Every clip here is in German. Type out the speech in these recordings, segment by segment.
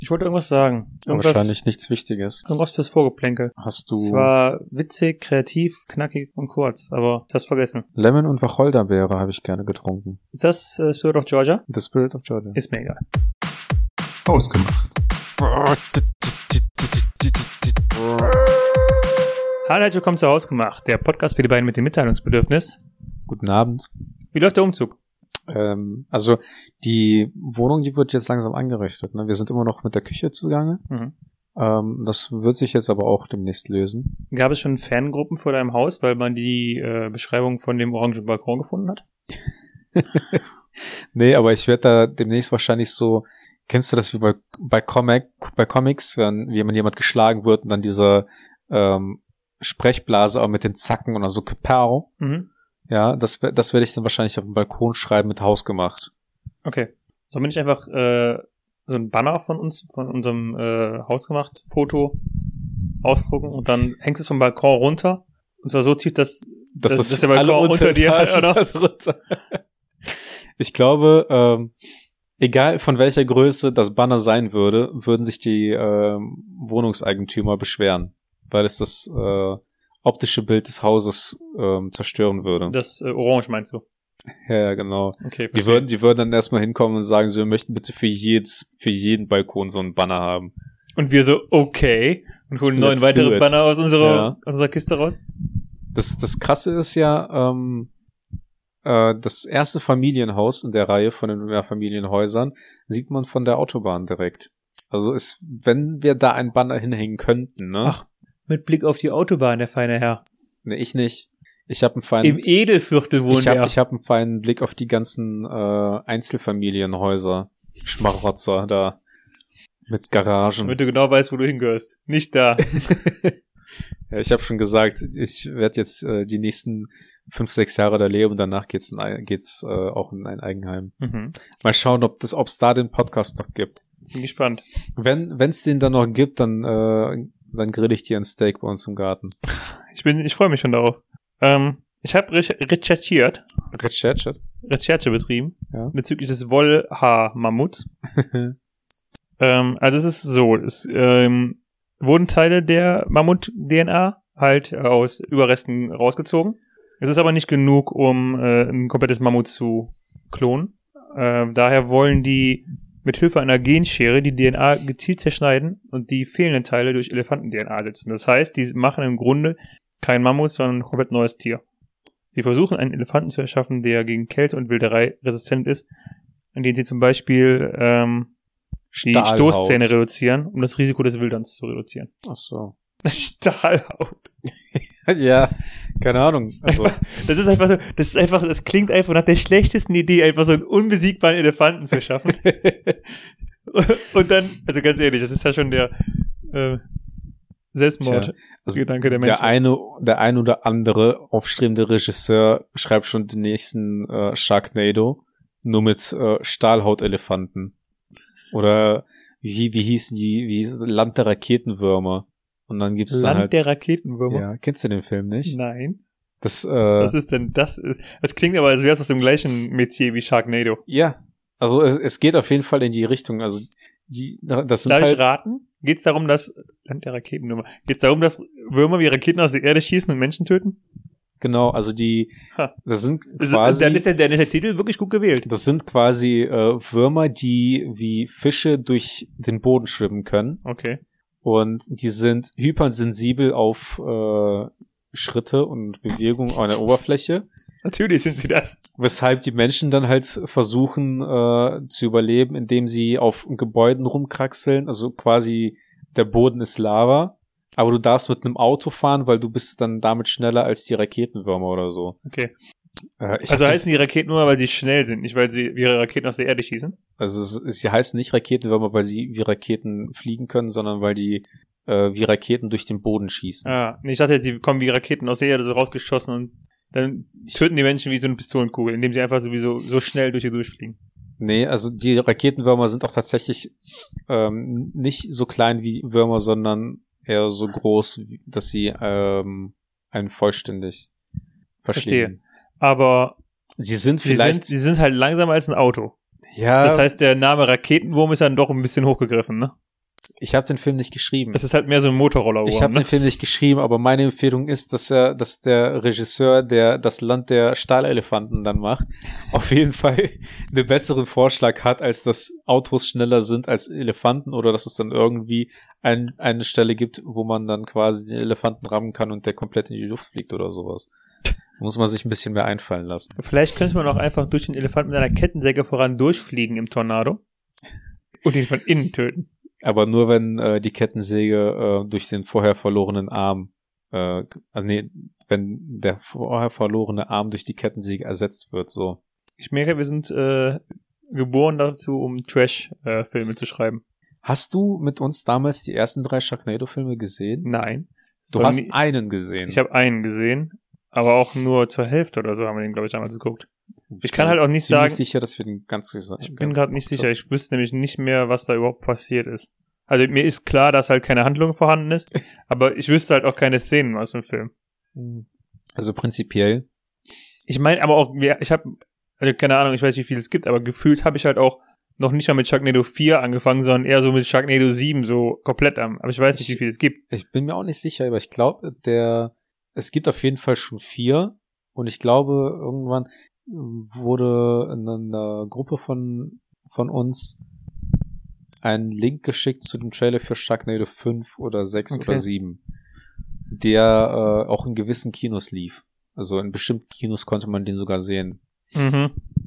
Ich wollte irgendwas sagen. Wahrscheinlich nichts Wichtiges. Irgendwas fürs Vorgeplänkel. Hast du... Es war witzig, kreativ, knackig und kurz, aber ich hab's vergessen. Lemon und Wacholderbeere habe ich gerne getrunken. Ist das Spirit of Georgia? The Spirit of Georgia. Ist mir egal. Ausgemacht. Hallo, herzlich willkommen zu Hausgemacht, der Podcast für die beiden mit dem Mitteilungsbedürfnis. Guten Abend. Wie läuft der Umzug? Also die Wohnung, die wird jetzt langsam eingerichtet. Ne? Wir sind immer noch mit der Küche zugange. Das wird sich jetzt aber auch demnächst lösen. Gab es schon Fangruppen vor deinem Haus, weil man die Beschreibung von dem orangen Balkon gefunden hat? Nee, aber ich werde da demnächst wahrscheinlich so, kennst du das wie bei Comics, wenn jemand geschlagen wird und dann diese Sprechblase auch mit den Zacken und dann so Kapow. Ja, das werde ich dann wahrscheinlich auf dem Balkon schreiben mit Hausgemacht. Okay. Sollen wir nicht einfach so ein Banner von unserem Hausgemacht-Foto ausdrucken und dann hängst du es vom Balkon runter und zwar so tief, dass der Balkon unter dir hat, oder? Ich glaube, egal von welcher Größe das Banner sein würde, würden sich die Wohnungseigentümer beschweren, weil es das optische Bild des Hauses zerstören würde. Das Orange meinst du? Ja, genau. Okay. Die würden dann erstmal hinkommen und sagen, wir möchten bitte für jeden Balkon so einen Banner haben. Und wir so, okay. Und holen 9 weitere Banner aus unserer Kiste raus. Das Krasse ist ja, das erste Familienhaus in der Reihe von den Mehrfamilienhäusern sieht man von der Autobahn direkt. Also wenn wir da ein Banner hinhängen könnten, ne? Ach, mit Blick auf die Autobahn, der feine Herr. Ne, ich nicht. Ich habe einen feinen... Im Edelviertel wohnt er. Ich habe einen feinen Blick auf die ganzen Einzelfamilienhäuser. Schmarotzer da. Mit Garagen. Damit du genau weißt, wo du hingehörst. Nicht da. Ja, ich habe schon gesagt, ich werde jetzt die nächsten 5-6 Jahre da leben und danach geht's auch in ein Eigenheim. Mal schauen, ob es da den Podcast noch gibt. Bin gespannt. Wenn es den dann noch gibt, dann grill ich dir ein Steak bei uns im Garten. Ich freue mich schon darauf. Ich habe Recherche betrieben, ja, bezüglich des Wollhaar-Mammuts. Also es ist so, es wurden Teile der Mammut-DNA halt aus Überresten rausgezogen. Es ist aber nicht genug, um ein komplettes Mammut zu klonen. Daher wollen die mit Hilfe einer Genschere die DNA gezielt zerschneiden und die fehlenden Teile durch Elefanten-DNA ersetzen. Das heißt, die machen im Grunde kein Mammut, sondern ein komplett neues Tier. Sie versuchen, einen Elefanten zu erschaffen, der gegen Kälte und Wilderei resistent ist, indem sie zum Beispiel die Stoßzähne reduzieren, um das Risiko des Wilderns zu reduzieren. Ach so. Stahlhaut. Ja, keine Ahnung. Also. Das klingt einfach nach der schlechtesten Idee, einfach so einen unbesiegbaren Elefanten zu schaffen. Und dann, also ganz ehrlich, das ist ja schon der Selbstmord-Gedanke der Menschen. Der ein oder andere aufstrebende Regisseur schreibt schon den nächsten Sharknado, nur mit Stahlhautelefanten. Oder wie hießen die, Land der Raketenwürmer. Und dann gibt's dann Land der Raketenwürmer? Ja, kennst du den Film nicht? Nein. Was ist denn das? Das klingt aber, als wäre es aus dem gleichen Metier wie Sharknado. Ja, also es geht auf jeden Fall in die Richtung. Also das sind Darf halt... ich raten? Geht's darum, dass Land der Raketenwürmer? Geht's darum, dass Würmer wie Raketen aus der Erde schießen und Menschen töten? Genau, also das sind quasi... Dann ist der Titel wirklich gut gewählt. Das sind quasi Würmer, die wie Fische durch den Boden schwimmen können. Okay. Und die sind hypersensibel auf Schritte und Bewegungen an der Oberfläche. Natürlich sind sie das. Weshalb die Menschen dann halt versuchen zu überleben, indem sie auf Gebäuden rumkraxeln. Also quasi der Boden ist Lava. Aber du darfst mit einem Auto fahren, weil du bist dann damit schneller als die Raketenwürmer oder so. Okay. Also heißen die Raketen nur, weil sie schnell sind, nicht weil sie wie Raketen aus der Erde schießen? Also sie heißen nicht Raketenwürmer, weil sie wie Raketen fliegen können, sondern weil die wie Raketen durch den Boden schießen. Ich dachte jetzt, sie kommen wie Raketen aus der Erde so rausgeschossen und dann töten die Menschen wie so eine Pistolenkugel, indem sie einfach sowieso so schnell durch die durchfliegen. Nee, also die Raketenwürmer sind auch tatsächlich nicht so klein wie Würmer, sondern eher so groß, dass sie einen vollständig verschlingen. Verstehe. Aber sie sind halt langsamer als ein Auto. Ja. Das heißt, der Name Raketenwurm ist dann doch ein bisschen hochgegriffen, ne? Ich habe den Film nicht geschrieben. Es ist halt mehr so ein Motorroller. Ich habe den Film nicht geschrieben, aber meine Empfehlung ist, dass der Regisseur, der das Land der Stahlelefanten dann macht, auf jeden Fall einen besseren Vorschlag hat, als dass Autos schneller sind als Elefanten oder dass es dann irgendwie eine Stelle gibt, wo man dann quasi den Elefanten rammen kann und der komplett in die Luft fliegt oder sowas. Da muss man sich ein bisschen mehr einfallen lassen. Vielleicht könnte man auch einfach durch den Elefanten mit einer Kettensäge voran durchfliegen im Tornado und ihn von innen töten. Aber nur wenn die Kettensäge durch den vorher verlorenen Arm, wenn der vorher verlorene Arm durch die Kettensäge ersetzt wird, so. Ich merke, wir sind geboren dazu, um Trash-Filme zu schreiben. Hast du mit uns damals die ersten 3 Sharknado-Filme gesehen? Nein. Du hast einen gesehen. Ich habe einen gesehen, aber auch nur zur Hälfte oder so haben wir den, glaube ich, damals geguckt. Ich kann halt auch nicht sagen... Ich bin sicher, dass wir den ganz gesagt haben. Ich bin gerade nicht sicher. Ich wüsste nämlich nicht mehr, was da überhaupt passiert ist. Also mir ist klar, dass halt keine Handlung vorhanden ist, aber ich wüsste halt auch keine Szenen aus dem Film. Also prinzipiell. Ich meine aber auch, ich habe, also keine Ahnung, ich weiß nicht, wie viel es gibt, aber gefühlt habe ich halt auch noch nicht mal mit Sharknado 4 angefangen, sondern eher so mit Sharknado 7 so komplett am. Aber ich weiß nicht, wie viel es gibt. Ich bin mir auch nicht sicher, aber ich glaube, es gibt auf jeden Fall schon 4 und ich glaube, irgendwann wurde in einer Gruppe von uns ein Link geschickt zu dem Trailer für Sharknado 5 oder 6 oder 7, der auch in gewissen Kinos lief. Also in bestimmten Kinos konnte man den sogar sehen. Mhm.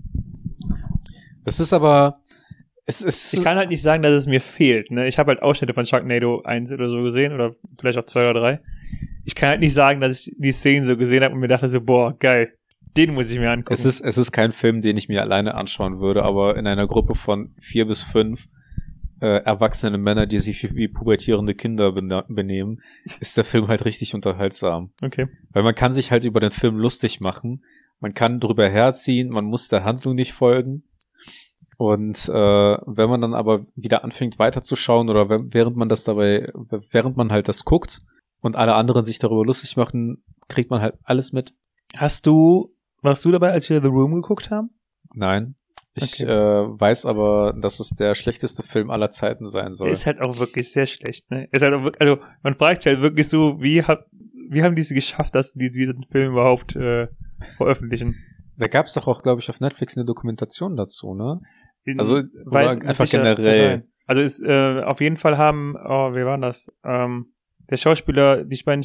Das ist aber... Ich kann halt nicht sagen, dass es mir fehlt. Ne? Ich habe halt Ausschnitte von Sharknado 1 oder so gesehen oder vielleicht auch 2 oder 3. Ich kann halt nicht sagen, dass ich die Szenen so gesehen habe und mir dachte so, boah, geil, den muss ich mir angucken. Es ist kein Film, den ich mir alleine anschauen würde, aber in einer Gruppe von 4 bis 5 erwachsene Männer, die sich wie pubertierende Kinder benehmen, ist der Film halt richtig unterhaltsam. Okay. Weil man kann sich halt über den Film lustig machen, man kann drüber herziehen, man muss der Handlung nicht folgen. Und wenn man dann aber wieder anfängt weiterzuschauen oder während man halt das guckt und alle anderen sich darüber lustig machen, kriegt man halt alles mit. Warst du dabei, als wir The Room geguckt haben? Nein. Ich Okay. weiß aber, dass es der schlechteste Film aller Zeiten sein soll. Ist halt auch wirklich sehr schlecht, ne? Ist halt auch wirklich, also man fragt sich halt wirklich so, wie haben die es geschafft, dass die diesen Film überhaupt veröffentlichen? Da gab es doch auch, glaube ich, auf Netflix eine Dokumentation dazu, ne? Also einfach sicher, generell. Also ist auf jeden Fall haben, wie war das? Der Schauspieler,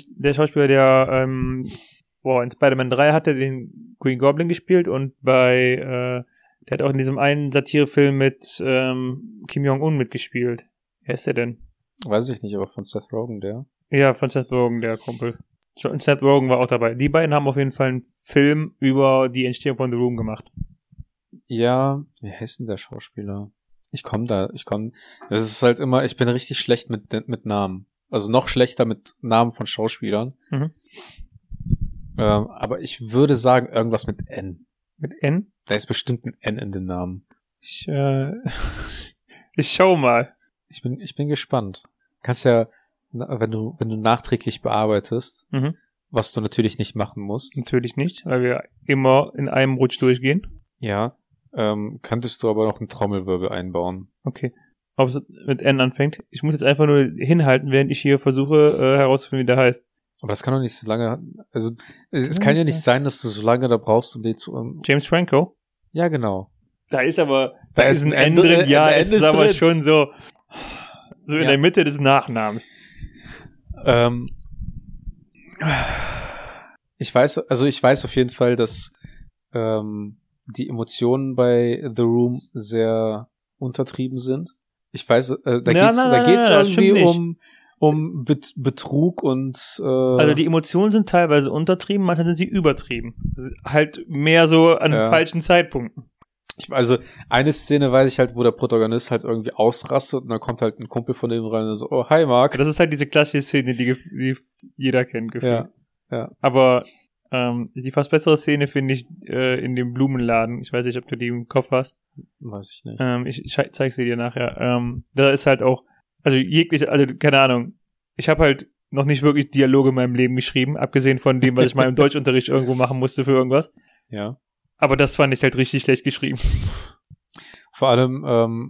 der in Spider-Man 3 hatte den Green Goblin gespielt und der hat auch in diesem einen Satirefilm mit Kim Jong-un mitgespielt. Wer ist der denn? Weiß ich nicht, aber von Seth Rogen, der. Ja, von Seth Rogen, der Kumpel. Und Seth Rogen war auch dabei. Die beiden haben auf jeden Fall einen Film über die Entstehung von The Room gemacht. Ja, wie heißt denn der Schauspieler? Das ist halt immer, ich bin richtig schlecht mit Namen. Also noch schlechter mit Namen von Schauspielern. Mhm. Aber ich würde sagen, irgendwas mit N. Mit N? Da ist bestimmt ein N in den Namen. Ich schau mal. Ich bin gespannt. Kannst ja, wenn du nachträglich bearbeitest, was du natürlich nicht machen musst. Natürlich nicht, weil wir immer in einem Rutsch durchgehen. Ja, könntest du aber noch einen Trommelwirbel einbauen. Okay. Ob es mit N anfängt. Ich muss jetzt einfach nur hinhalten, während ich hier versuche herauszufinden, wie der heißt. Aber das kann doch nicht so lange, also es kann ja nicht sein, dass du so lange da brauchst, um den zu... James Franco? Ja, genau. Da ist ein ein N N drin, ja, ein es N ist ist aber drin. schon so in Ja. der Mitte des Nachnamens. Ich weiß auf jeden Fall, dass die Emotionen bei The Room sehr untertrieben sind. Ich weiß, da geht's das stimmt irgendwie nicht. um Betrug und Also die Emotionen sind teilweise untertrieben, manchmal sind sie übertrieben. Das ist halt mehr so an falschen Zeitpunkten. Also eine Szene weiß ich halt, wo der Protagonist halt irgendwie ausrastet und dann kommt halt ein Kumpel von dem rein und so, oh, hi Mark. Das ist halt diese klassische Szene, die jeder kennt, gefühlt. Ja. Aber die fast bessere Szene finde ich in dem Blumenladen. Ich weiß nicht, ob du die im Kopf hast. Weiß ich nicht. Ich zeig sie dir nachher. Da ist halt auch, also keine Ahnung. Ich habe halt noch nicht wirklich Dialoge in meinem Leben geschrieben, abgesehen von dem, was ich mal im Deutschunterricht irgendwo machen musste für irgendwas. Ja. Aber das fand ich halt richtig schlecht geschrieben. Vor allem,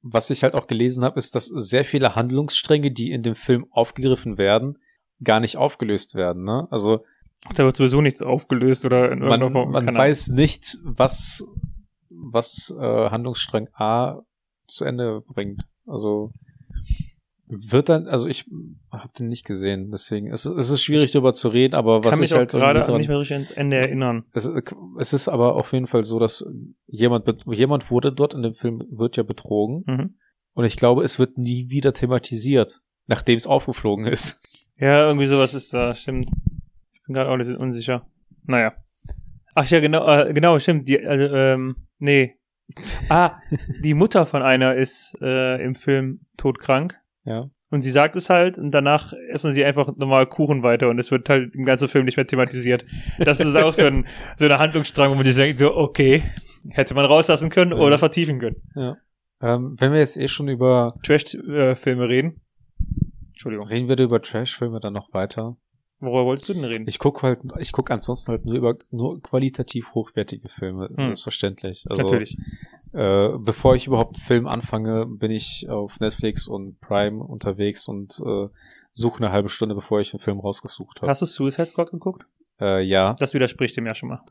was ich halt auch gelesen habe, ist, dass sehr viele Handlungsstränge, die in dem Film aufgegriffen werden, gar nicht aufgelöst werden, ne? Also Da wird sowieso nichts aufgelöst oder in irgendeiner Form. man weiß nicht, was Handlungsstrang A zu Ende bringt. Also wird dann, also ich habe den nicht gesehen, deswegen es ist schwierig darüber zu reden, aber was kann mich ich halt auch gerade nicht mehr richtig ans Ende erinnern. Es ist aber auf jeden Fall so, dass jemand wurde dort in dem Film, wird ja betrogen, und ich glaube, es wird nie wieder thematisiert, nachdem es aufgeflogen ist. Ja, irgendwie sowas ist da, stimmt. Ich bin gerade auch ein bisschen unsicher. Naja. Ach ja, genau, stimmt. Nee. Die Mutter von einer ist im Film todkrank. Ja. Und sie sagt es halt und danach essen sie einfach normal Kuchen weiter und es wird halt im ganzen Film nicht mehr thematisiert. Das ist auch so eine Handlungsstrang, wo man sich denkt, so, okay, hätte man rauslassen können oder vertiefen können. Ja. Wenn wir jetzt schon über Trash-Filme reden. Entschuldigung. Reden wir über Trash-Filme dann noch weiter? Worüber wolltest du denn reden? Ich gucke ansonsten halt nur qualitativ hochwertige Filme, selbstverständlich. Also, natürlich. Bevor ich überhaupt einen Film anfange, bin ich auf Netflix und Prime unterwegs und suche eine halbe Stunde, bevor ich einen Film rausgesucht habe. Hast du Suicide Squad geguckt? Ja. Das widerspricht dem ja schon mal.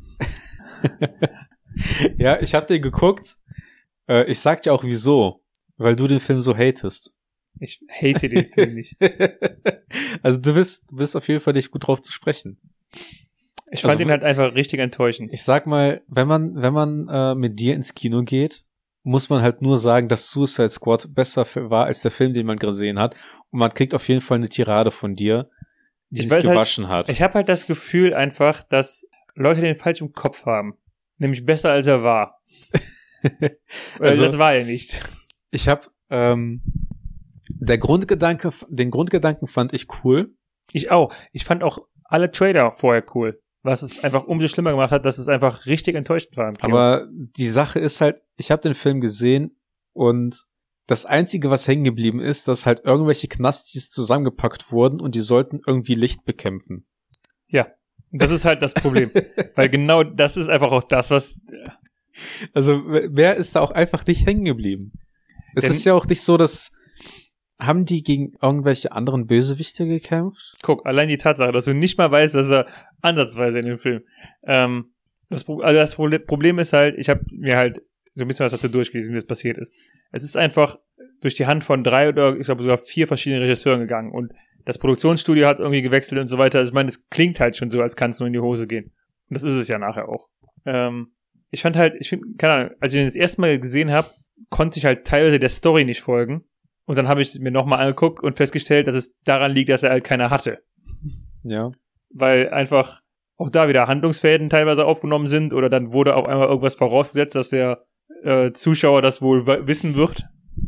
Ja, ich habe den geguckt. Ich sag dir auch wieso. Weil du den Film so hatest. Ich hate den Film nicht. Also du bist auf jeden Fall nicht gut drauf zu sprechen. Ich fand ihn halt einfach richtig enttäuschend. Ich sag mal, wenn man mit dir ins Kino geht, muss man halt nur sagen, dass Suicide Squad besser war als der Film, den man gesehen hat. Und man kriegt auf jeden Fall eine Tirade von dir, die sich gewaschen hat. Ich habe halt das Gefühl einfach, dass Leute den falsch im Kopf haben. Nämlich besser als er war. Also das war er nicht. Ich habe den Grundgedanken fand ich cool. Ich auch. Ich fand auch alle Trailer vorher cool. Was es einfach umso schlimmer gemacht hat, dass es einfach richtig enttäuschend war. Aber die Sache ist halt, ich habe den Film gesehen und das Einzige, was hängen geblieben ist, dass halt irgendwelche Knastis zusammengepackt wurden und die sollten irgendwie Licht bekämpfen. Ja, das ist halt das Problem. Weil genau das ist einfach auch das, was... Also wer ist da auch einfach nicht hängen geblieben? Es ist ja auch nicht so, dass... Haben die gegen irgendwelche anderen Bösewichte gekämpft? Guck, allein die Tatsache, dass du nicht mal weißt, dass er ansatzweise in dem Film. Das Problem ist halt, ich habe mir halt so ein bisschen was dazu durchgelesen, wie das passiert ist. Es ist einfach durch die Hand von 3 oder ich glaube sogar 4 verschiedenen Regisseuren gegangen und das Produktionsstudio hat irgendwie gewechselt und so weiter. Also ich meine, es klingt halt schon so, als kann es nur in die Hose gehen. Und das ist es ja nachher auch. Ich finde, keine Ahnung, als ich den das erste Mal gesehen habe, konnte ich halt teilweise der Story nicht folgen. Und dann habe ich es mir nochmal angeguckt und festgestellt, dass es daran liegt, dass er halt keiner hatte. Ja. Weil einfach auch da wieder Handlungsfäden teilweise aufgenommen sind oder dann wurde auf einmal irgendwas vorausgesetzt, dass der Zuschauer das wohl wissen wird.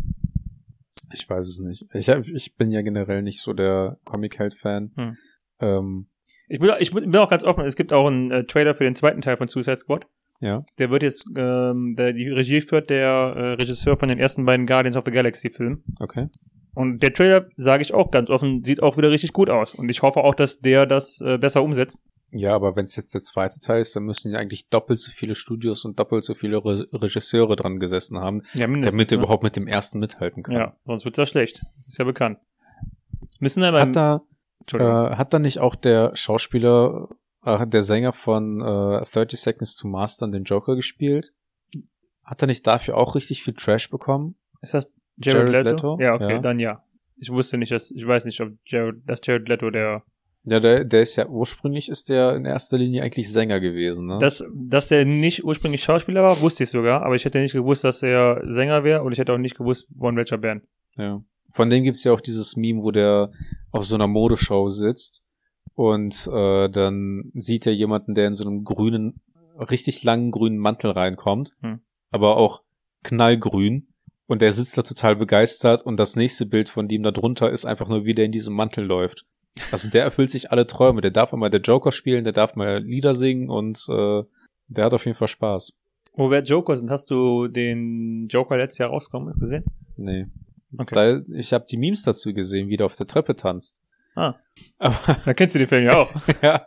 Ich weiß es nicht. Ich bin ja generell nicht so der Comic-Held-Fan. Ich bin auch ganz offen, es gibt auch einen Trailer für den zweiten Teil von Suicide Squad. Ja. Der wird jetzt, die Regie führt der Regisseur von den ersten beiden Guardians of the Galaxy Filmen. Okay. Und der Trailer, sage ich auch ganz offen, sieht auch wieder richtig gut aus. Und ich hoffe auch, dass der das besser umsetzt. Ja, aber wenn es jetzt der zweite Teil ist, dann müssen ja eigentlich doppelt so viele Studios und doppelt so viele Regisseure dran gesessen haben, ja, damit er überhaupt mit dem ersten mithalten kann. Ja, sonst wird's ja schlecht. Das ist ja bekannt. Müssen wir hat da nicht auch der Schauspieler, der Sänger von 30 Seconds to Mars dann den Joker gespielt? Hat er nicht dafür auch richtig viel Trash bekommen? Ist das Jared Leto? Ja, okay, ja. Dann ja. Ich weiß nicht, ob Jared Leto der... Ja, der ist ja, ursprünglich ist der in erster Linie eigentlich Sänger gewesen, ne? Dass der nicht ursprünglich Schauspieler war, wusste ich sogar, aber ich hätte nicht gewusst, dass er Sänger wäre und ich hätte auch nicht gewusst, von welcher Band. Ja. Von dem gibt's ja auch dieses Meme, wo der auf so einer Modeshow sitzt und dann sieht er jemanden, der in so einem richtig langen grünen Mantel reinkommt, aber auch knallgrün, und der sitzt da total begeistert und das nächste Bild von dem da drunter ist einfach nur, wie der in diesem Mantel läuft. Also der erfüllt sich alle Träume, der darf mal der Joker spielen, der darf mal Lieder singen und der hat auf jeden Fall Spaß. Wo wir Joker sind, hast du den Joker letztes Jahr rausgekommen, hast gesehen? Nee. Okay. Ich habe die Memes dazu gesehen, wie der auf der Treppe tanzt. Aber da kennst du den Film ja auch. Ja.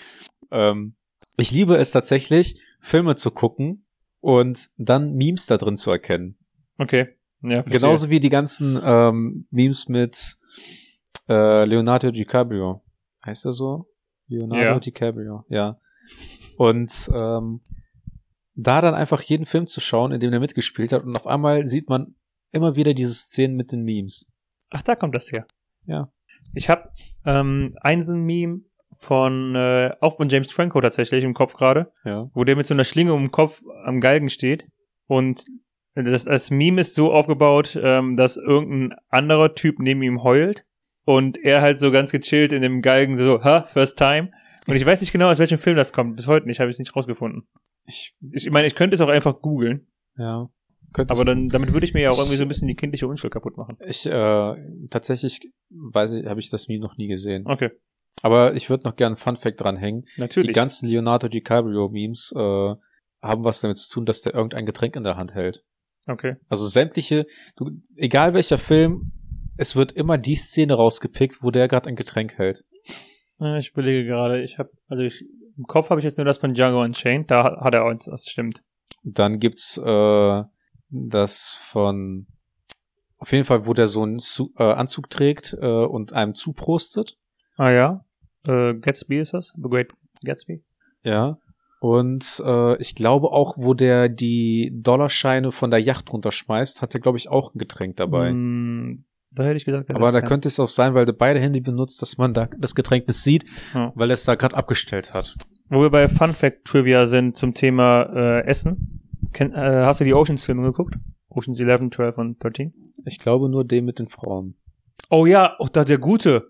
Ich liebe es tatsächlich, Filme zu gucken und dann Memes da drin zu erkennen. Okay. Ja, verstehe. Genauso wie die ganzen Memes mit Leonardo DiCaprio. Heißt er so? Leonardo DiCaprio, ja. Und da dann einfach jeden Film zu schauen, in dem er mitgespielt hat, und auf einmal sieht man immer wieder diese Szenen mit den Memes. Ach, da kommt das her. Ja. Ich habe ein so ein Meme auch von James Franco tatsächlich im Kopf gerade, Ja. wo der mit so einer Schlinge um den Kopf am Galgen steht und das Meme ist so aufgebaut, dass irgendein anderer Typ neben ihm heult und er halt so ganz gechillt in dem Galgen so, first time. Und ich weiß nicht genau, aus welchem Film das kommt. Bis heute nicht, habe ich es nicht rausgefunden. Ich meine, ich könnte es auch einfach googeln. Ja. Aber damit würde ich mir ja auch irgendwie so ein bisschen die kindliche Unschuld kaputt machen. Tatsächlich habe ich das Meme noch nie gesehen. Okay. Aber ich würde noch gerne einen Funfact dranhängen. Natürlich. Die ganzen Leonardo DiCaprio-Memes haben was damit zu tun, dass der irgendein Getränk in der Hand hält. Okay. Also sämtliche, egal welcher Film, es wird immer die Szene rausgepickt, wo der gerade ein Getränk hält. Ich überlege gerade, im Kopf habe ich jetzt nur das von Django Unchained, da hat er uns, das stimmt. Dann gibt's das von, auf jeden Fall, wo der so einen Anzug trägt und einem zuprostet. Ah ja, Gatsby ist das? The Great Gatsby? Ja, und ich glaube auch, wo der die Dollarscheine von der Yacht runterschmeißt, hat er, glaube ich, auch ein Getränk dabei. Da hätte ich gesagt. Aber da könnte es auch sein, weil der beide Hände benutzt, dass man da das Getränk nicht sieht, weil er es da gerade abgestellt hat. Wo wir bei Fun Fact Trivia sind zum Thema Essen. Hast du die Oceans-Filme geguckt? Oceans 11, 12 und 13? Ich glaube nur den mit den Frauen. Oh ja, da der Gute.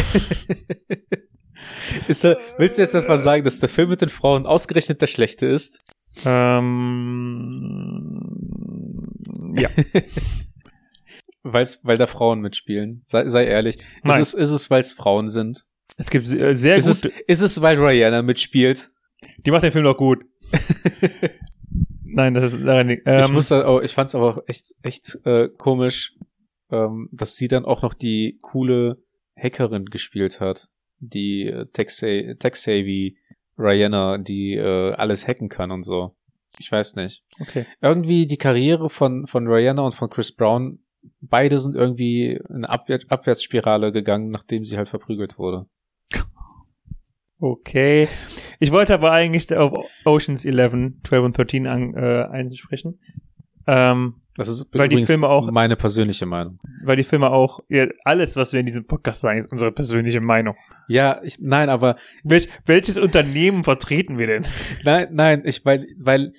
Willst du jetzt etwas sagen, dass der Film mit den Frauen ausgerechnet der schlechte ist? Ja. Weil da Frauen mitspielen. Sei ehrlich. Ist es, weil es Frauen sind? Es gibt sehr gute. Ist es, weil Rihanna mitspielt? Die macht den Film doch gut. Nein, das ist leider nicht. Ich fand's aber auch echt komisch, dass sie dann auch noch die coole Hackerin gespielt hat. Die Tech-Savvy Rihanna, die alles hacken kann und so. Ich weiß nicht. Okay. Irgendwie die Karriere von Rihanna und von Chris Brown, beide sind irgendwie in eine Abwärtsspirale gegangen, nachdem sie halt verprügelt wurde. Okay. Ich wollte aber eigentlich auf Oceans 11, 12 und 13 einsprechen. Das ist weil die Filme auch meine persönliche Meinung. Weil die Filme auch, alles, was wir in diesem Podcast sagen, ist unsere persönliche Meinung. Ja, nein, aber welches Unternehmen vertreten wir denn? Nein, weil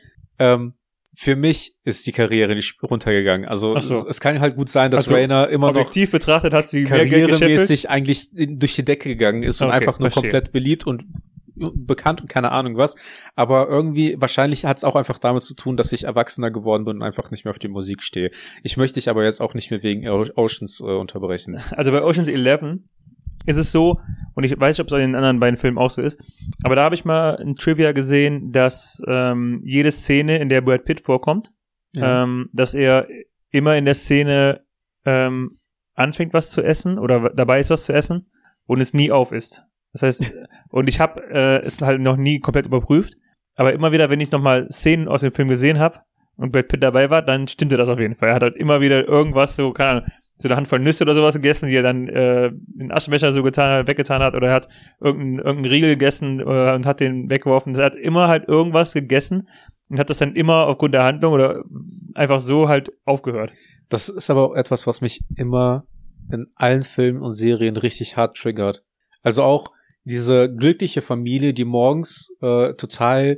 für mich ist die Karriere nicht runtergegangen. Also es kann halt gut sein, dass Rihanna immer objektiv noch betrachtet hat sie mehr Geld karrieremäßig eigentlich durch die Decke gegangen ist und einfach nur komplett beliebt und bekannt und keine Ahnung was. Aber irgendwie, wahrscheinlich hat es auch einfach damit zu tun, dass ich erwachsener geworden bin und einfach nicht mehr auf die Musik stehe. Ich möchte dich aber jetzt auch nicht mehr wegen Oceans unterbrechen. Also bei Oceans 11 ist es so, und ich weiß nicht, ob es in den anderen beiden Filmen auch so ist, aber da habe ich mal ein Trivia gesehen, dass jede Szene, in der Brad Pitt vorkommt, dass er immer in der Szene anfängt, was zu essen oder dabei ist, was zu essen und es nie auf ist. Das heißt, und ich habe es halt noch nie komplett überprüft, aber immer wieder, wenn ich nochmal Szenen aus dem Film gesehen habe und Brad Pitt dabei war, dann stimmte das auf jeden Fall. Er hat halt immer wieder irgendwas so, keine Ahnung, so eine Handvoll Nüsse oder sowas gegessen, die er dann den Aschenbecher so weggetan hat, oder er hat irgendeinen Riegel gegessen und hat den weggeworfen. Er hat immer halt irgendwas gegessen und hat das dann immer aufgrund der Handlung oder einfach so halt aufgehört. Das ist aber auch etwas, was mich immer in allen Filmen und Serien richtig hart triggert. Also auch diese glückliche Familie, die morgens total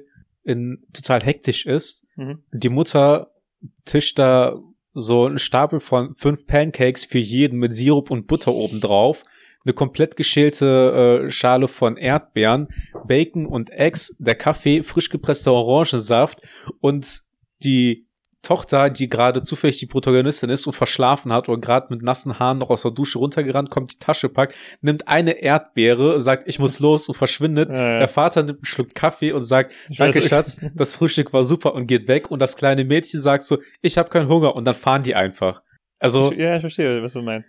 hektisch ist. Mhm. Die Mutter tischt da so einen Stapel von 5 Pancakes für jeden mit Sirup und Butter obendrauf, eine komplett geschälte Schale von Erdbeeren, Bacon und Eggs, der Kaffee, frisch gepresster Orangensaft und die Tochter, die gerade zufällig die Protagonistin ist und verschlafen hat oder gerade mit nassen Haaren noch aus der Dusche runtergerannt kommt, die Tasche packt, nimmt eine Erdbeere, sagt, ich muss los und verschwindet. Ja. Der Vater nimmt einen Schluck Kaffee und sagt, danke Schatz, das Frühstück war super und geht weg. Und das kleine Mädchen sagt so, ich habe keinen Hunger, und dann fahren die einfach. Also ich verstehe, was du meinst.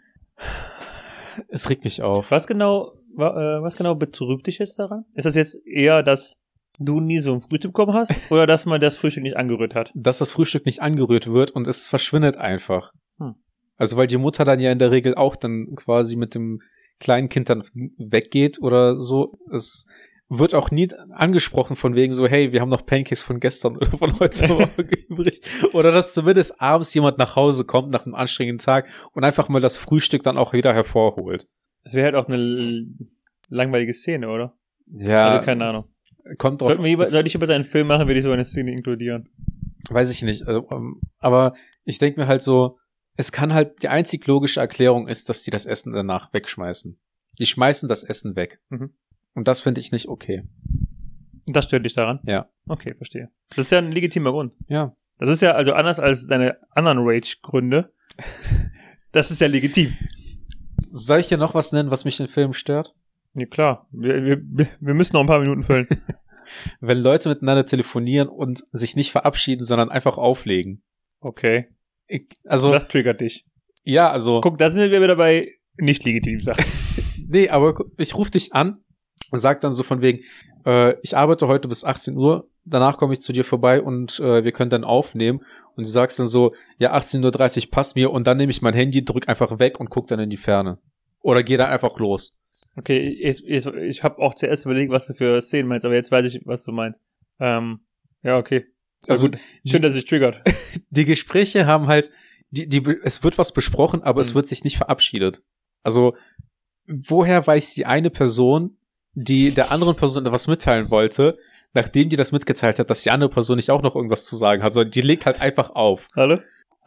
Es regt mich auf. Was genau betrübt dich jetzt daran? Ist das jetzt eher, dass du nie so ein Frühstück bekommen hast oder dass man das Frühstück nicht angerührt hat? Dass das Frühstück nicht angerührt wird und es verschwindet einfach. Also weil die Mutter dann ja in der Regel auch dann quasi mit dem kleinen Kind dann weggeht oder so. Es wird auch nie angesprochen von wegen so, hey, wir haben noch Pancakes von gestern oder von heute Morgen übrig. Oder dass zumindest abends jemand nach Hause kommt nach einem anstrengenden Tag und einfach mal das Frühstück dann auch wieder hervorholt. Das wäre halt auch eine langweilige Szene, oder? Ja. Also keine Ahnung. Kommt drauf. Sollte ich über deinen Film machen, würde ich so eine Szene inkludieren. Weiß ich nicht. Also, aber ich denke mir halt so, es kann halt, die einzig logische Erklärung ist, dass die das Essen danach wegschmeißen. Die schmeißen das Essen weg. Mhm. Und das finde ich nicht okay. Und das stört dich daran? Ja. Okay, verstehe. Das ist ja ein legitimer Grund. Ja. Das ist ja also anders als deine anderen Rage-Gründe. Das ist ja legitim. Soll ich dir noch was nennen, was mich in Filmen stört? Ja, klar. Wir müssen noch ein paar Minuten füllen. Wenn Leute miteinander telefonieren und sich nicht verabschieden, sondern einfach auflegen. Okay. Also. Das triggert dich. Ja, also. Guck, da sind wir wieder bei nicht legitimen Sachen. Nee, aber ich rufe dich an und sag dann so von wegen, ich arbeite heute bis 18 Uhr, danach komme ich zu dir vorbei und wir können dann aufnehmen. Und du sagst dann so, ja, 18:30 Uhr passt mir und dann nehme ich mein Handy, drück einfach weg und guck dann in die Ferne. Oder geh dann einfach los. Okay, ich habe auch zuerst überlegt, was du für Szenen meinst, aber jetzt weiß ich, was du meinst. Ja, okay. Also gut. Schön, dass sich triggert. Die Gespräche haben halt, es wird was besprochen, aber es wird sich nicht verabschiedet. Also, woher weiß die eine Person, die der anderen Person etwas mitteilen wollte, nachdem die das mitgeteilt hat, dass die andere Person nicht auch noch irgendwas zu sagen hat, sondern die legt halt einfach auf. Hallo?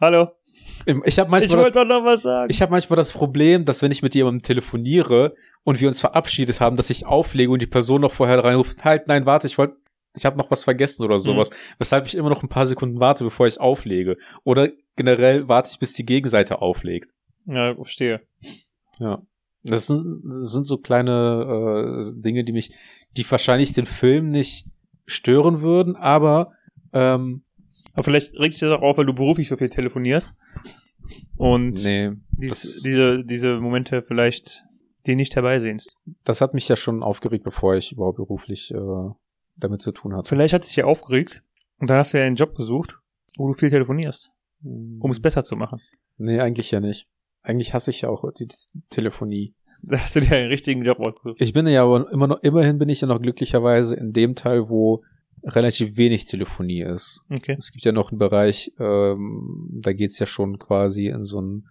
Ich wollte doch noch was sagen. Ich habe manchmal das Problem, dass wenn ich mit jemandem telefoniere und wir uns verabschiedet haben, dass ich auflege und die Person noch vorher reinruft, halt, nein, warte, ich habe noch was vergessen oder sowas. Weshalb ich immer noch ein paar Sekunden warte, bevor ich auflege. Oder generell warte ich, bis die Gegenseite auflegt. Ja, verstehe. Ja. Das sind so kleine Dinge, die wahrscheinlich den Film nicht stören würden, aber vielleicht regt dich das auch auf, weil du beruflich so viel telefonierst. Und nee, diese Momente vielleicht die nicht herbeisehnst. Das hat mich ja schon aufgeregt, bevor ich überhaupt beruflich damit zu tun hatte. Vielleicht hat es dich ja aufgeregt und dann hast du ja einen Job gesucht, wo du viel telefonierst, um es besser zu machen. Nee, eigentlich ja nicht. Eigentlich hasse ich ja auch die Telefonie. Da hast du dir einen richtigen Job ausgesucht. Ich bin ja aber immerhin bin ich ja noch glücklicherweise in dem Teil, wo relativ wenig Telefonie ist. Okay. Es gibt ja noch einen Bereich, da geht's ja schon quasi in so einen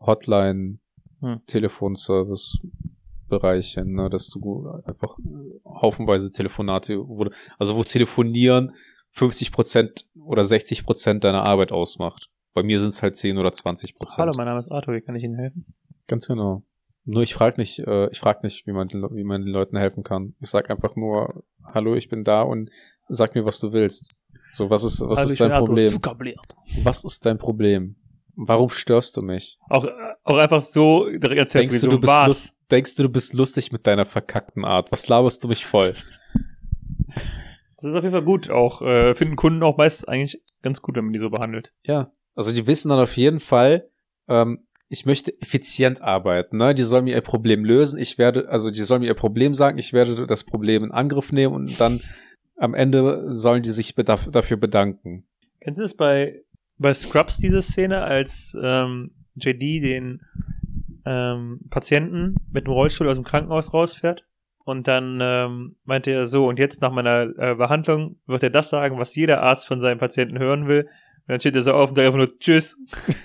Hotline-Telefonservice-Bereich hin, ne, dass du einfach haufenweise Telefonate wo Telefonieren 50% oder 60% deiner Arbeit ausmacht. Bei mir sind es halt 10 oder 20%. Hallo, mein Name ist Arthur, wie kann ich Ihnen helfen? Ganz genau. Nur ich frage nicht, wie man den Leuten helfen kann. Ich sag einfach nur, hallo, ich bin da und sag mir, was du willst. So, was ist dein Problem? Was ist dein Problem? Warum störst du mich? Auch einfach so direkt erzählt, Denkst du bist lustig mit deiner verkackten Art? Was laberst du mich voll? Das ist auf jeden Fall gut. Auch finden Kunden auch meist eigentlich ganz gut, wenn man die so behandelt. Ja, also die wissen dann auf jeden Fall, ich möchte effizient arbeiten, ne? Die sollen mir ihr Problem lösen. Die sollen mir ihr Problem sagen, ich werde das Problem in Angriff nehmen und dann am Ende sollen die sich dafür bedanken. Kennst du das bei Scrubs, diese Szene, als JD den Patienten mit dem Rollstuhl aus dem Krankenhaus rausfährt? Und dann meinte er so, und jetzt nach meiner Behandlung wird er das sagen, was jeder Arzt von seinem Patienten hören will. Und dann steht er so auf und sagt einfach nur Tschüss.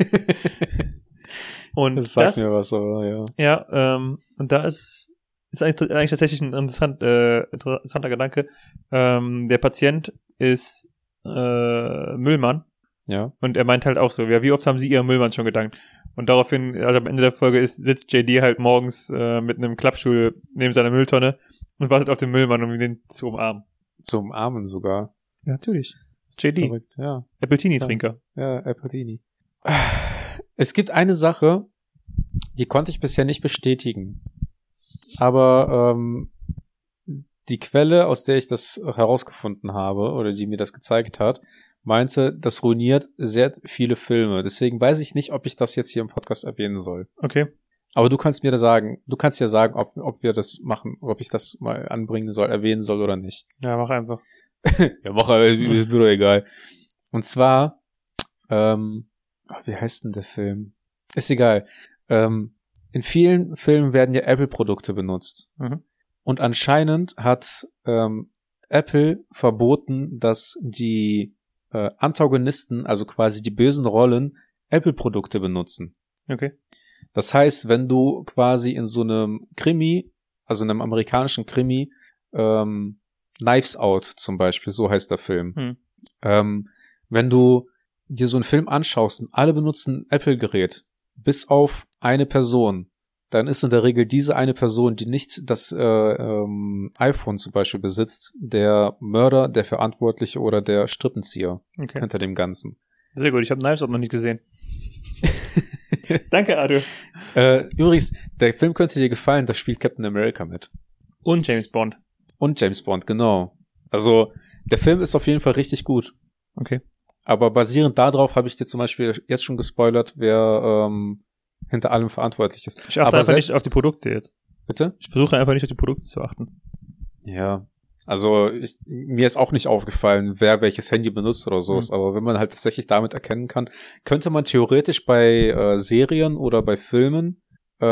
Und das sagt mir was, aber ja. Ja, und da ist eigentlich tatsächlich ein interessanter Gedanke. Der Patient ist Müllmann. Ja. Und er meint halt auch so, ja, wie oft haben Sie Ihren Müllmann schon gedankt? Und daraufhin, also am Ende der Folge sitzt JD halt morgens mit einem Klappstuhl neben seiner Mülltonne und wartet auf den Müllmann, um ihn zu umarmen. Zu umarmen sogar? Ja, natürlich. Das ist JD. Verrückt, ja. Appletini-Trinker. Ja, Appletini. Es gibt eine Sache, die konnte ich bisher nicht bestätigen. Aber die Quelle, aus der ich das herausgefunden habe, oder die mir das gezeigt hat, meinte, das ruiniert sehr viele Filme. Deswegen weiß ich nicht, ob ich das jetzt hier im Podcast erwähnen soll. Okay. Aber du kannst ja sagen, ob wir das machen, ob ich das mal anbringen soll, erwähnen soll oder nicht. Ja, mach einfach. Ja, mach einfach, ist mir doch egal. Und zwar, wie heißt denn der Film? Ist egal. In vielen Filmen werden ja Apple-Produkte benutzt. Mhm. Und anscheinend hat Apple verboten, dass die Antagonisten, also quasi die bösen Rollen, Apple-Produkte benutzen. Okay. Das heißt, wenn du quasi in so einem Krimi, also einem amerikanischen Krimi, Knives Out zum Beispiel, so heißt der Film. Wenn du dir so einen Film anschaust und alle benutzen ein Apple-Gerät, bis auf eine Person, dann ist in der Regel diese eine Person, die nicht das iPhone zum Beispiel besitzt, der Mörder, der Verantwortliche oder der Strippenzieher hinter dem Ganzen. Sehr gut, ich habe Knives Out noch nicht gesehen. Danke, Adu. Übrigens, der Film könnte dir gefallen, da spielt Captain America mit. Und James Bond. Und James Bond, genau. Also, der Film ist auf jeden Fall richtig gut. Okay. Aber basierend darauf habe ich dir zum Beispiel jetzt schon gespoilert, wer hinter allem verantwortlich ist. Ich achte einfach nicht auf die Produkte jetzt. Bitte? Ich versuche einfach nicht auf die Produkte zu achten. Ja. Also, mir ist auch nicht aufgefallen, wer welches Handy benutzt oder sowas. Aber wenn man halt tatsächlich damit erkennen kann, könnte man theoretisch bei Serien oder bei Filmen,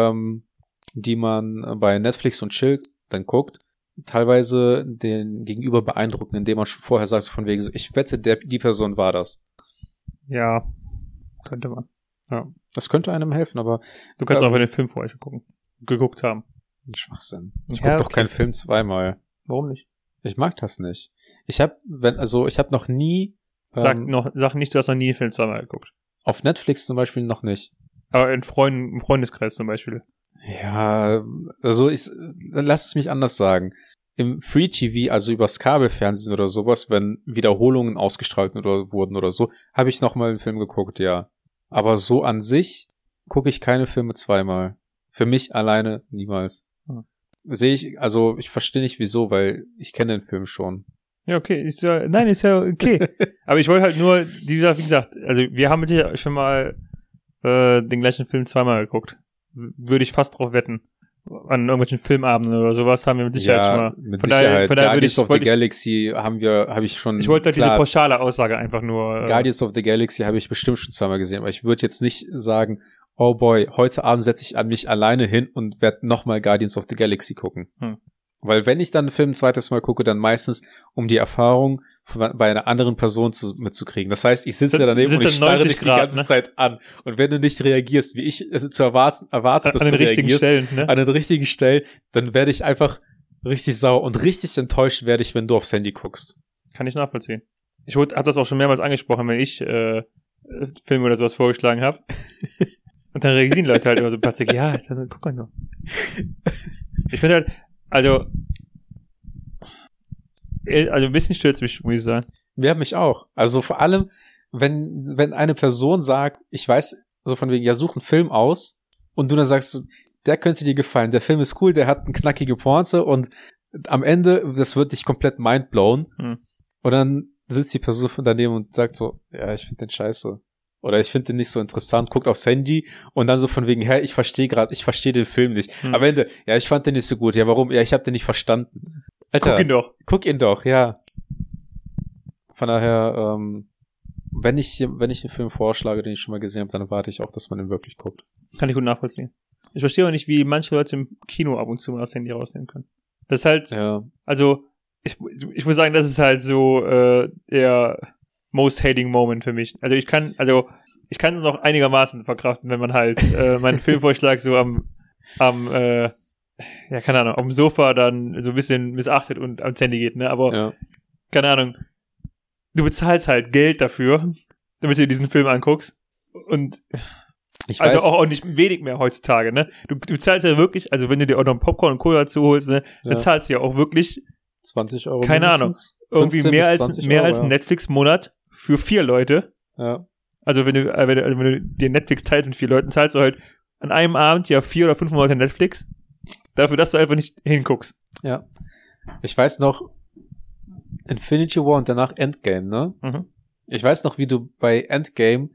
die man bei Netflix und Chill dann guckt, teilweise den Gegenüber beeindrucken, indem man schon vorher sagt, so von wegen so, ich wette, die Person war das. Ja, könnte man. Ja. Das könnte einem helfen, aber... Du kannst auch den Film vorher geguckt haben. Schwachsinn. Ich gucke doch keinen Film zweimal. Warum nicht? Ich mag das nicht. Ich habe noch nie... Sag nicht, du hast noch nie einen Film zweimal geguckt. Auf Netflix zum Beispiel noch nicht. Aber im Freundeskreis zum Beispiel. Ja, also lass es mich anders sagen. Im Free TV, also übers Kabelfernsehen oder sowas, wenn Wiederholungen ausgestrahlt wurden oder so, habe ich nochmal einen Film geguckt, ja. Aber so an sich gucke ich keine Filme zweimal. Für mich alleine niemals. Ich verstehe nicht wieso, weil ich kenne den Film schon. Ja, okay, ist ja okay. Aber ich wollte halt nur, wie gesagt, also wir haben mit dir schon mal den gleichen Film zweimal geguckt. Würde ich fast drauf wetten. An irgendwelchen Filmabenden oder sowas haben wir mit Sicherheit schon mal. Mit Sicherheit. Guardians of the Galaxy habe ich schon. Ich wollte halt diese pauschale Aussage einfach nur. Guardians of the Galaxy habe ich bestimmt schon zweimal gesehen, aber ich würde jetzt nicht sagen, oh boy, heute Abend setze ich an mich alleine hin und werde nochmal Guardians of the Galaxy gucken. Weil wenn ich dann einen Film ein zweites Mal gucke, dann meistens, um die Erfahrung bei einer anderen Person mitzukriegen. Das heißt, ich sitze daneben und ich starre dich die ganze Zeit an. Und wenn du nicht reagierst, wie ich es zu erwarte, dass du reagierst, an den richtigen Stellen, dann werde ich einfach richtig sauer und richtig enttäuscht werde ich, wenn du aufs Handy guckst. Kann ich nachvollziehen. Ich habe das auch schon mehrmals angesprochen, wenn ich Filme oder sowas vorgeschlagen habe. Und dann reagieren Leute halt immer so patzig, ja, dann guck mal nur. Ich finde halt, also ein bisschen stört mich, muss ich sagen. Ja, mich auch. Also vor allem, wenn eine Person sagt, ich weiß, so von wegen, ja, such einen Film aus und du dann sagst, der könnte dir gefallen, der Film ist cool, der hat eine knackige Pointe und am Ende, das wird dich komplett mindblown. Und dann sitzt die Person daneben und sagt so, ja, ich finde den scheiße. Oder ich finde den nicht so interessant, guckt aufs Handy und dann so von wegen, ich verstehe den Film nicht. Am Ende, ja, ich fand den nicht so gut. Ja, warum? Ja, ich habe den nicht verstanden. Alter, guck ihn doch, ja. Von daher, wenn ich einen Film vorschlage, den ich schon mal gesehen habe, dann erwarte ich auch, dass man den wirklich guckt. Kann ich gut nachvollziehen. Ich verstehe auch nicht, wie manche Leute im Kino ab und zu mal das Handy rausnehmen können. Das ist halt, also, ich muss sagen, das ist halt so der most hating moment für mich. Also ich kann es noch einigermaßen verkraften, wenn man halt meinen Filmvorschlag so keine Ahnung, auf dem Sofa dann so ein bisschen missachtet und ans Handy geht, ne? Aber keine Ahnung, du bezahlst halt Geld dafür, damit du diesen Film anguckst. Und ich weiß, auch nicht wenig mehr heutzutage, ne? Du zahlst ja wirklich, also wenn du dir auch noch einen Popcorn und Cola zuholst, ne, dann zahlst du ja auch wirklich 20 Euro. Keine Ahnung. Irgendwie mehr als ein Netflix-Monat für 4 Leute. Ja. Also wenn du dir Netflix teilst mit 4 Leuten, zahlst du halt an einem Abend ja 4 oder 5 Monate Netflix. Dafür, dass du einfach nicht hinguckst. Ja. Ich weiß noch, Infinity War und danach Endgame, ne? Ich weiß noch, wie du bei Endgame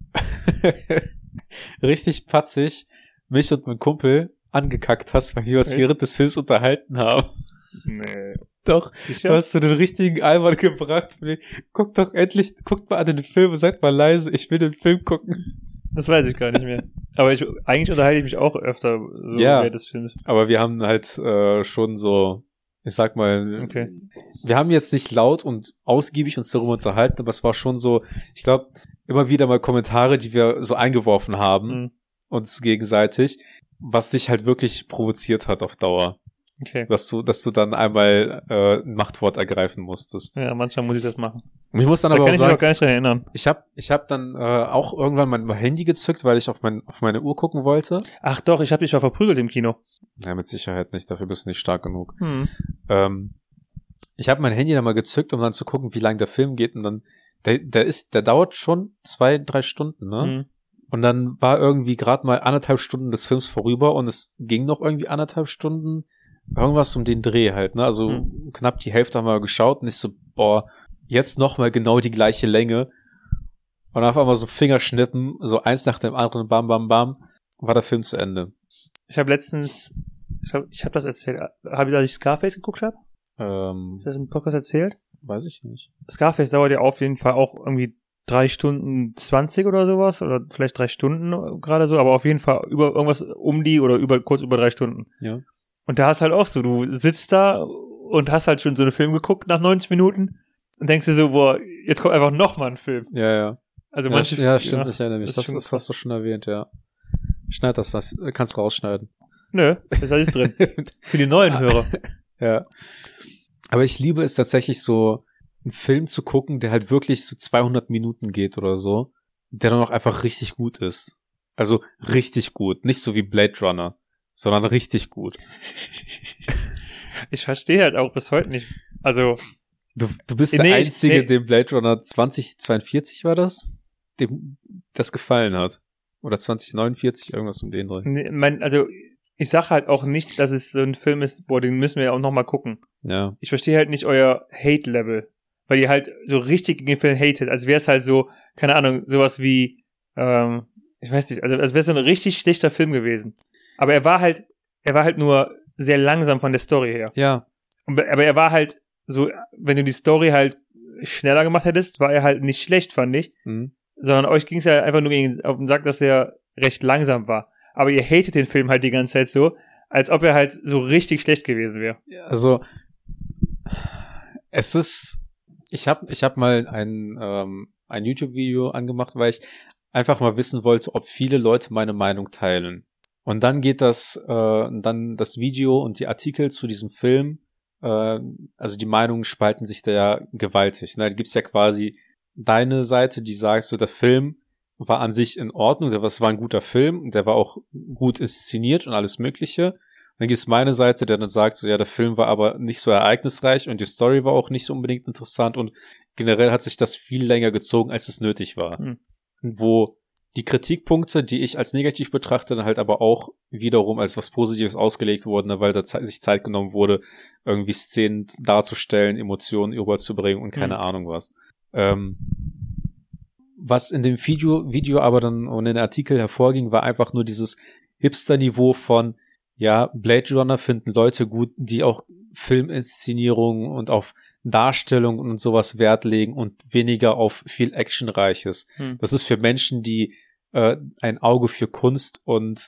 richtig patzig mich und mein Kumpel angekackt hast, weil wir uns während des Films unterhalten haben. Nee. Doch, sicher? Du hast so den richtigen Eimer gebracht. Guckt mal an den Film und seid mal leise, ich will den Film gucken. Das weiß ich gar nicht mehr. Aber eigentlich unterhalte ich mich auch öfter so während des Films. Aber wir haben halt schon so, ich sag mal, wir haben jetzt nicht laut und ausgiebig uns darüber unterhalten, aber es war schon so, ich glaube, immer wieder mal Kommentare, die wir so eingeworfen haben, uns gegenseitig, was dich halt wirklich provoziert hat auf Dauer. Okay. Dass du dann einmal ein Machtwort ergreifen musstest. Ja, manchmal muss ich das machen. Und ich muss dann da aber kann auch ich sagen, mich auch gar nicht dran erinnern. ich hab dann auch irgendwann mein Handy gezückt, weil ich auf meine Uhr gucken wollte. Ach doch, ich habe dich ja verprügelt im Kino. Ja, mit Sicherheit nicht, dafür bist du nicht stark genug. Ich habe mein Handy dann mal gezückt, um dann zu gucken, wie lang der Film geht, und dann, der dauert schon 2-3 Stunden, ne? Und dann war irgendwie gerade mal 1,5 Stunden des Films vorüber und es ging noch irgendwie 1,5 Stunden, irgendwas um den Dreh halt, ne? Also knapp die Hälfte haben wir geschaut und ich so, boah, jetzt noch mal genau die gleiche Länge. Und auf einmal so Fingerschnippen, so eins nach dem anderen, bam, bam, bam, war der Film zu Ende. Ich habe letztens, ich habe das erzählt, habe ich, als ich Scarface geguckt habe? Hast du das im Podcast erzählt? Weiß ich nicht. Scarface dauert ja auf jeden Fall auch irgendwie 3 Stunden 20 oder sowas, oder vielleicht 3 Stunden gerade so, aber auf jeden Fall über irgendwas um die oder kurz über 3 Stunden. Ja. Und da hast halt auch so, du sitzt da und hast halt schon so einen Film geguckt nach 90 Minuten und denkst dir so, boah, jetzt kommt einfach nochmal ein Film. Ja. Also ja, manche. Ja, stimmt, ich erinnere mich. Das hast du schon erwähnt, ja. Schneid das, kannst rausschneiden. Nö, das ist drin. Für die neuen Hörer. Ja. Aber ich liebe es tatsächlich so, einen Film zu gucken, der halt wirklich so 200 Minuten geht oder so, der dann auch einfach richtig gut ist. Also richtig gut. Nicht so wie Blade Runner, sondern richtig gut. Ich verstehe halt auch bis heute nicht. Also. Du bist der Einzige, dem Blade Runner 2042 war das? Dem das gefallen hat. Oder 2049, irgendwas um den Dreh. Also, ich sag halt auch nicht, dass es so ein Film ist, boah, den müssen wir ja auch nochmal gucken. Ja. Ich verstehe halt nicht euer Hate-Level. Weil ihr halt so richtig gegen den Film hatet. Als wäre es halt so, keine Ahnung, sowas wie, ich weiß nicht, also als wäre es so ein richtig schlechter Film gewesen. Aber er war halt nur sehr langsam von der Story her. Ja. Aber er war halt so, wenn du die Story halt schneller gemacht hättest, war er halt nicht schlecht, fand ich. Sondern euch ging es ja einfach nur auf den Sack, dass er recht langsam war. Aber ihr hatet den Film halt die ganze Zeit so, als ob er halt so richtig schlecht gewesen wäre. Also, es ist, ich hab mal ein YouTube-Video angemacht, weil ich einfach mal wissen wollte, ob viele Leute meine Meinung teilen. Und dann geht das Video und die Artikel zu diesem Film, also die Meinungen spalten sich da ja gewaltig. Da gibt's ja quasi deine Seite, die sagt so, der Film war an sich in Ordnung, das war ein guter Film und der war auch gut inszeniert und alles Mögliche. Dann gibt's meine Seite, der dann sagt so, ja, der Film war aber nicht so ereignisreich und die Story war auch nicht so unbedingt interessant und generell hat sich das viel länger gezogen, als es nötig war. Wo die Kritikpunkte, die ich als negativ betrachte, dann halt aber auch wiederum als was Positives ausgelegt wurden, weil da sich Zeit genommen wurde, irgendwie Szenen darzustellen, Emotionen überzubringen und keine Ahnung was. Was in dem Video aber dann und in den Artikel hervorging, war einfach nur dieses Hipster-Niveau von, ja, Blade Runner finden Leute gut, die auch Filminszenierungen und auf Darstellung und sowas Wert legen und weniger auf viel Actionreiches. Das ist für Menschen, die ein Auge für Kunst und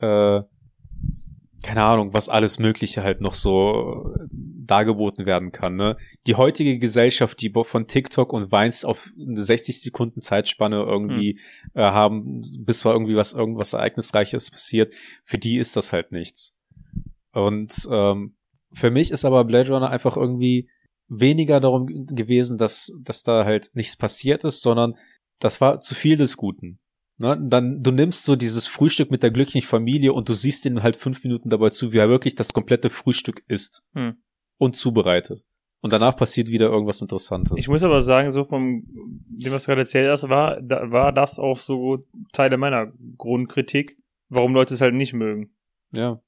keine Ahnung, was alles Mögliche halt noch so dargeboten werden kann, ne? Die heutige Gesellschaft, die von TikTok und Vines auf eine 60 Sekunden Zeitspanne irgendwie haben, bis mal irgendwas Ereignisreiches passiert, für die ist das halt nichts. Und für mich ist aber Blade Runner einfach irgendwie weniger darum gewesen, dass da halt nichts passiert ist, sondern das war zu viel des Guten. Ne? Dann, du nimmst so dieses Frühstück mit der glücklichen Familie und du siehst ihm halt 5 Minuten dabei zu, wie er wirklich das komplette Frühstück isst und zubereitet. Und danach passiert wieder irgendwas Interessantes. Ich muss aber sagen, so von dem, was du gerade erzählt hast, war das auch so Teil meiner Grundkritik, warum Leute es halt nicht mögen. Ja.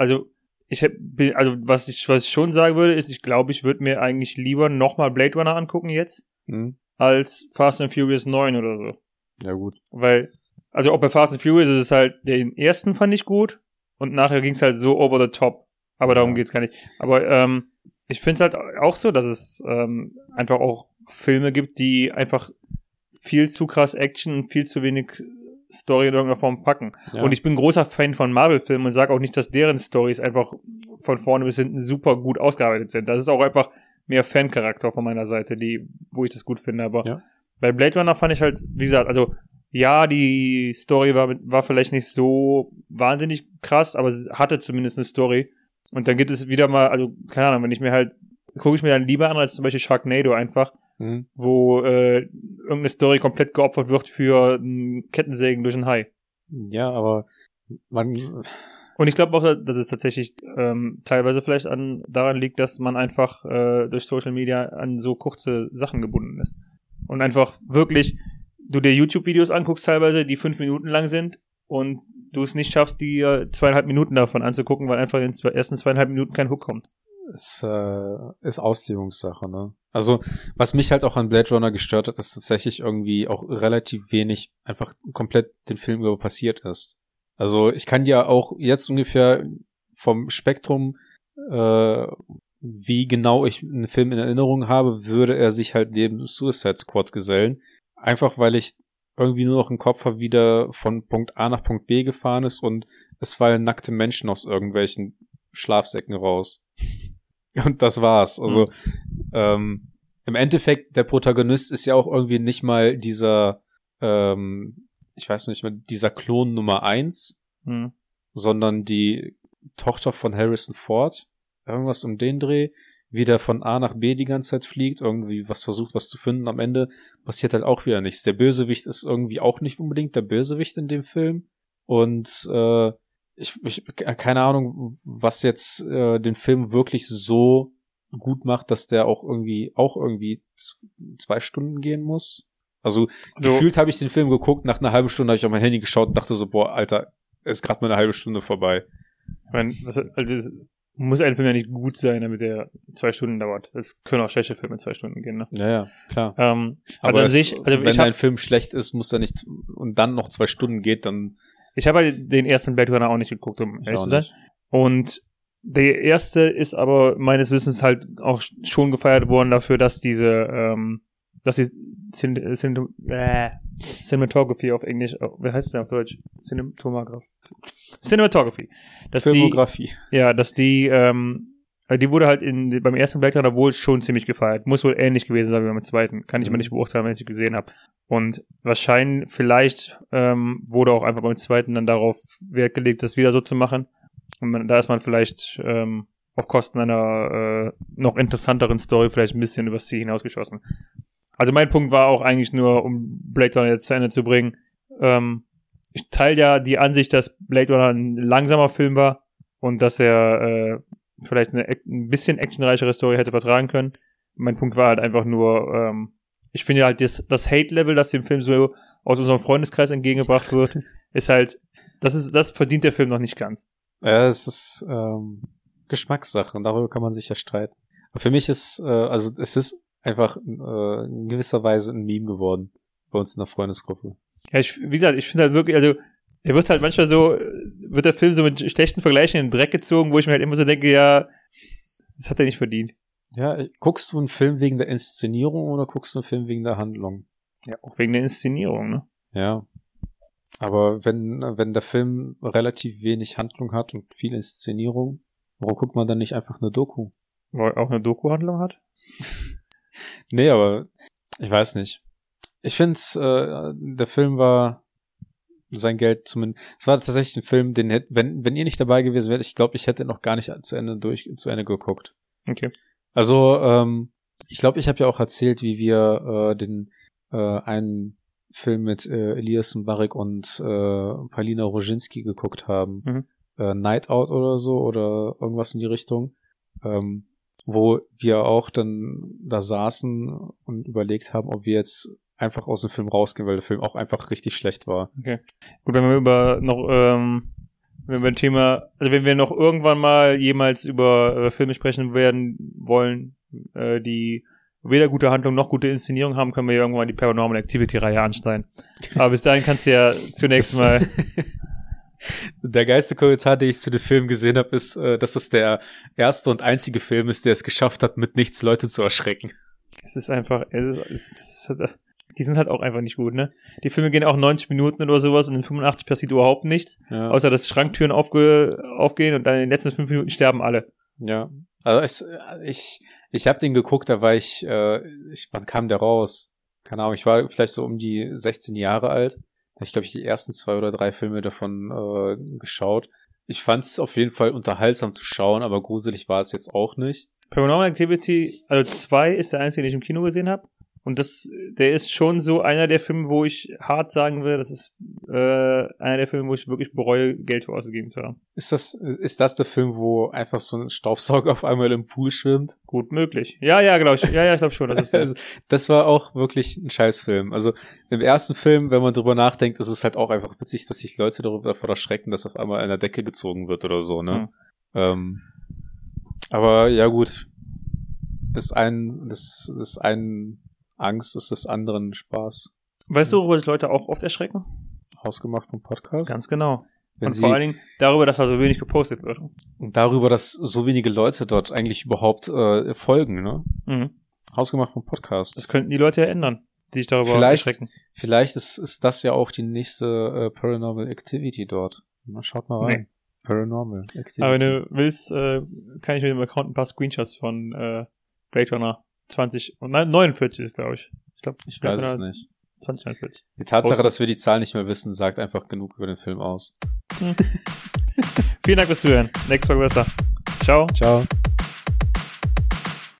Was ich schon sagen würde, ist, ich glaube, ich würde mir eigentlich lieber nochmal Blade Runner angucken jetzt, als Fast and Furious 9 oder so. Ja, gut. Weil, also auch bei Fast and Furious ist es halt, den ersten fand ich gut und nachher ging es halt so over the top. Aber darum geht's gar nicht. Aber ich finde es halt auch so, dass es einfach auch Filme gibt, die einfach viel zu krass Action und viel zu wenig Story in irgendeiner Form packen. Ja. Und ich bin ein großer Fan von Marvel-Filmen und sage auch nicht, dass deren Stories einfach von vorne bis hinten super gut ausgearbeitet sind. Das ist auch einfach mehr Fan-Charakter von meiner Seite, wo ich das gut finde. Aber Ja. bei Blade Runner fand ich halt, wie gesagt, also ja, die Story war vielleicht nicht so wahnsinnig krass, aber sie hatte zumindest eine Story. Und dann gibt es wieder mal, also keine Ahnung, gucke ich mir dann lieber an als zum Beispiel Sharknado einfach, wo irgendeine Story komplett geopfert wird für ein Kettensägen durch einen Hai. Ja, aber Und ich glaube auch, dass es tatsächlich teilweise vielleicht daran liegt, dass man einfach durch Social Media an so kurze Sachen gebunden ist. Und einfach wirklich, du dir YouTube-Videos anguckst teilweise, die 5 Minuten lang sind und du es nicht schaffst, die 2,5 Minuten davon anzugucken, weil einfach in den ersten 2,5 Minuten kein Hook kommt. Es ist Auslegungssache, ne? Also, was mich halt auch an Blade Runner gestört hat, ist tatsächlich irgendwie auch relativ wenig einfach komplett den Film über passiert ist. Also, ich kann ja auch jetzt ungefähr vom Spektrum, wie genau ich einen Film in Erinnerung habe, würde er sich halt neben Suicide Squad gesellen. Einfach, weil ich irgendwie nur noch im Kopf habe, wie der von Punkt A nach Punkt B gefahren ist und es fallen nackte Menschen aus irgendwelchen Schlafsäcken raus. Und das war's. Also, im Endeffekt, der Protagonist ist ja auch irgendwie nicht mal dieser, ich weiß nicht mehr, dieser Klon Nummer 1, sondern die Tochter von Harrison Ford. Irgendwas um den Dreh. Wie der von A nach B die ganze Zeit fliegt, irgendwie versucht, was zu finden. Am Ende passiert halt auch wieder nichts. Der Bösewicht ist irgendwie auch nicht unbedingt der Bösewicht in dem Film. Und ich keine Ahnung, was jetzt den Film wirklich so gut macht, dass der auch irgendwie 2 Stunden gehen muss. Also gefühlt habe ich den Film geguckt, nach einer halben Stunde habe ich auf mein Handy geschaut und dachte so, boah, Alter, ist gerade mal eine halbe Stunde vorbei. Ich meine, also muss ein Film ja nicht gut sein, damit er 2 Stunden dauert. Es können auch schlechte Filme 2 Stunden gehen, ne? Ja, klar. Also an sich, wenn ein Film schlecht ist, muss er nicht und dann noch 2 Stunden geht, dann. Ich habe halt den ersten Blade Runner auch nicht geguckt, um ehrlich zu sein. Nicht. Und der erste ist aber meines Wissens halt auch schon gefeiert worden dafür, dass die Cinematography auf Englisch, wie heißt es denn auf Deutsch? Cinematography. Filmografie. Dass die wurde halt beim ersten Blade Runner wohl schon ziemlich gefeiert. Muss wohl ähnlich gewesen sein wie beim zweiten. Kann ich aber nicht beurteilen, wenn ich gesehen habe. Und vielleicht wurde auch einfach beim zweiten dann darauf Wert gelegt, das wieder so zu machen. Und da ist man vielleicht auf Kosten einer noch interessanteren Story vielleicht ein bisschen übers Ziel hinausgeschossen. Also mein Punkt war auch eigentlich nur, um Blade Runner jetzt zu Ende zu bringen, ich teile ja die Ansicht, dass Blade Runner ein langsamer Film war und dass er vielleicht ein bisschen actionreichere Story hätte vertragen können. Mein Punkt war halt einfach nur, ich finde halt das Hate-Level, das dem Film so aus unserem Freundeskreis entgegengebracht wird, ist halt, das verdient der Film noch nicht ganz. Ja, es ist Geschmackssache und darüber kann man sich ja streiten. Aber für mich ist, es ist einfach in gewisser Weise ein Meme geworden bei uns in der Freundesgruppe. Ja, wie gesagt, ich finde halt wirklich, also er wird halt manchmal so, wird der Film so mit schlechten Vergleichen in den Dreck gezogen, wo ich mir halt immer so denke, ja, das hat er nicht verdient. Ja, guckst du einen Film wegen der Inszenierung oder guckst du einen Film wegen der Handlung? Ja, auch wegen der Inszenierung, ne? Ja. Aber wenn der Film relativ wenig Handlung hat und viel Inszenierung, warum guckt man dann nicht einfach eine Doku? Weil er auch eine Doku-Handlung hat? Nee, aber ich weiß nicht. Ich finde, der Film war sein Geld zumindest. Es war tatsächlich ein Film, den wenn ihr nicht dabei gewesen wärt, ich glaube, ich hätte noch gar nicht zu Ende geguckt. Okay. Also, ich glaube, ich habe ja auch erzählt, wie wir einen Film mit Elias Mbarek und Paulina Roginski geguckt haben. Night Out oder so oder irgendwas in die Richtung. Wo wir auch dann da saßen und überlegt haben, ob wir jetzt einfach aus dem Film rausgehen, weil der Film auch einfach richtig schlecht war. Okay. Gut, wenn wir noch irgendwann mal jemals über Filme sprechen wollen, die weder gute Handlung noch gute Inszenierung haben, können wir irgendwann die Paranormal Activity-Reihe ansteigen. Aber bis dahin kannst du ja zunächst mal... Der geilste Kommentar, den ich zu dem Film gesehen habe, ist, dass das der erste und einzige Film ist, der es geschafft hat, mit nichts Leute zu erschrecken. Es ist einfach, die sind halt auch einfach nicht gut, ne? Die Filme gehen auch 90 Minuten oder sowas und in 85 passiert überhaupt nichts, außer dass Schranktüren aufgehen und dann in den letzten 5 Minuten sterben alle. Ja, also ich habe den geguckt, da war wann kam der raus? Keine Ahnung, ich war vielleicht so um die 16 Jahre alt. Da habe ich, glaube ich, die ersten 2 oder 3 Filme davon geschaut. Ich fand es auf jeden Fall unterhaltsam zu schauen, aber gruselig war es jetzt auch nicht. Paranormal Activity, also 2 ist der einzige, den ich im Kino gesehen habe. Und der ist schon so einer der Filme, wo ich hart sagen will, das ist einer der Filme, wo ich wirklich bereue, Geld für ausgegeben zu haben. Ist das der Film, wo einfach so ein Staubsauger auf einmal im Pool schwimmt? Gut möglich. Ja, genau. Ich glaube schon. Das ist also, das war auch wirklich ein Scheißfilm. Also im ersten Film, wenn man drüber nachdenkt, ist es halt auch einfach witzig, dass sich Leute davor erschrecken, dass auf einmal an der Decke gezogen wird oder so, ne? Aber ja gut. Das einen Angst ist des anderen Spaß. Weißt du, worüber sich Leute auch oft erschrecken? Hausgemacht vom Podcast. Ganz genau. Und vor allen Dingen darüber, dass da so wenig gepostet wird. Und darüber, dass so wenige Leute dort eigentlich überhaupt folgen, ne? Mhm. Hausgemacht vom Podcast. Das könnten die Leute ja ändern, die sich darüber erschrecken. Vielleicht ist das ja auch die nächste Paranormal Activity dort. Na, schaut mal rein. Nee. Paranormal Activity. Aber wenn du willst, kann ich mit dem Account ein paar Screenshots von Blade Runner 49 ist, glaube ich. Ich weiß es nicht. 2049. Die Tatsache, dass wir die Zahl nicht mehr wissen, sagt einfach genug über den Film aus. Vielen Dank fürs Zuhören. Nächste Folge besser. Ciao. Ciao.